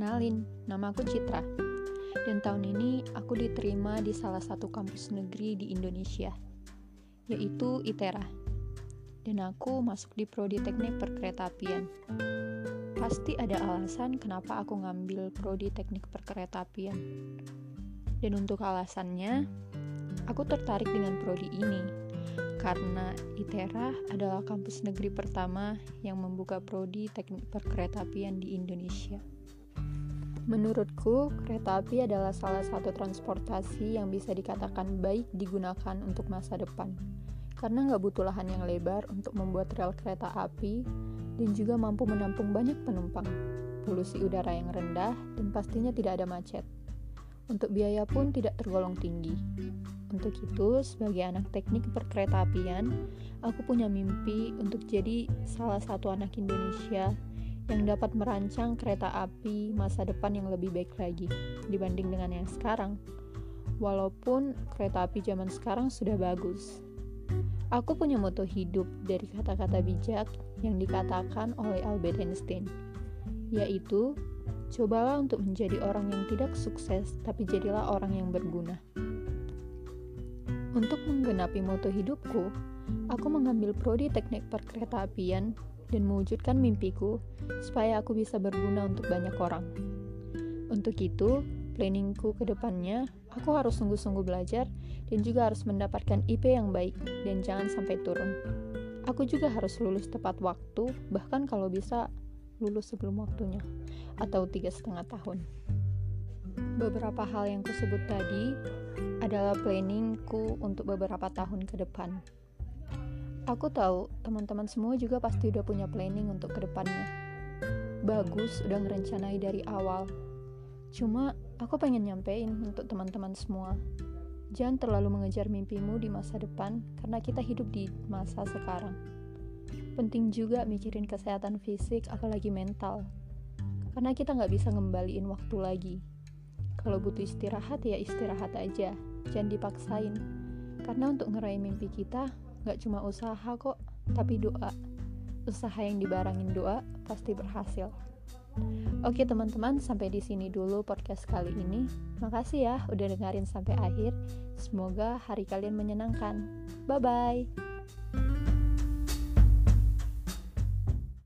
Kenalin, nama aku Citra. Dan tahun ini aku diterima di salah satu kampus negeri di Indonesia, yaitu ITERA. Dan aku masuk di Prodi Teknik Perkeretaapian. Pasti ada alasan kenapa aku ngambil Prodi Teknik Perkeretaapian. Dan untuk alasannya, aku tertarik dengan prodi ini karena ITERA adalah kampus negeri pertama yang membuka Prodi Teknik Perkeretaapian di Indonesia. Menurutku, kereta api adalah salah satu transportasi yang bisa dikatakan baik digunakan untuk masa depan, karena nggak butuh lahan yang lebar untuk membuat rel kereta api dan juga mampu menampung banyak penumpang, polusi udara yang rendah, dan pastinya tidak ada macet. Untuk biaya pun tidak tergolong tinggi. Untuk itu, sebagai anak teknik perkeretaapian, aku punya mimpi untuk jadi salah satu anak Indonesia yang dapat merancang kereta api masa depan yang lebih baik lagi dibanding dengan yang sekarang. Walaupun kereta api zaman sekarang sudah bagus. Aku punya moto hidup dari kata-kata bijak yang dikatakan oleh Albert Einstein, yaitu, cobalah untuk menjadi orang yang tidak sukses, tapi jadilah orang yang berguna. Untuk menggenapi moto hidupku, aku mengambil prodi teknik perkeretaapian dan mewujudkan mimpiku supaya aku bisa berguna untuk banyak orang. Untuk itu, planningku ke depannya, aku harus sungguh-sungguh belajar dan juga harus mendapatkan IP yang baik dan jangan sampai turun. Aku juga harus lulus tepat waktu, bahkan kalau bisa lulus sebelum waktunya, atau 3,5 tahun. Beberapa hal yang kusebut tadi adalah planningku untuk beberapa tahun ke depan. Aku tahu teman-teman semua juga pasti udah punya planning untuk kedepannya. Bagus udah ngerencanai dari awal. Cuma aku pengen nyampein untuk teman-teman semua. Jangan terlalu mengejar mimpimu di masa depan karena kita hidup di masa sekarang. Penting juga mikirin kesehatan fisik apalagi mental. Karena kita nggak bisa ngembaliin waktu lagi. Kalau butuh istirahat ya istirahat aja. Jangan dipaksain. Karena untuk ngeraih mimpi kita gak cuma usaha kok, tapi doa. Usaha yang dibarengin doa pasti berhasil. Oke teman-teman, sampai di sini dulu podcast kali ini. Makasih ya udah dengerin sampai akhir. Semoga hari kalian menyenangkan. Bye-bye.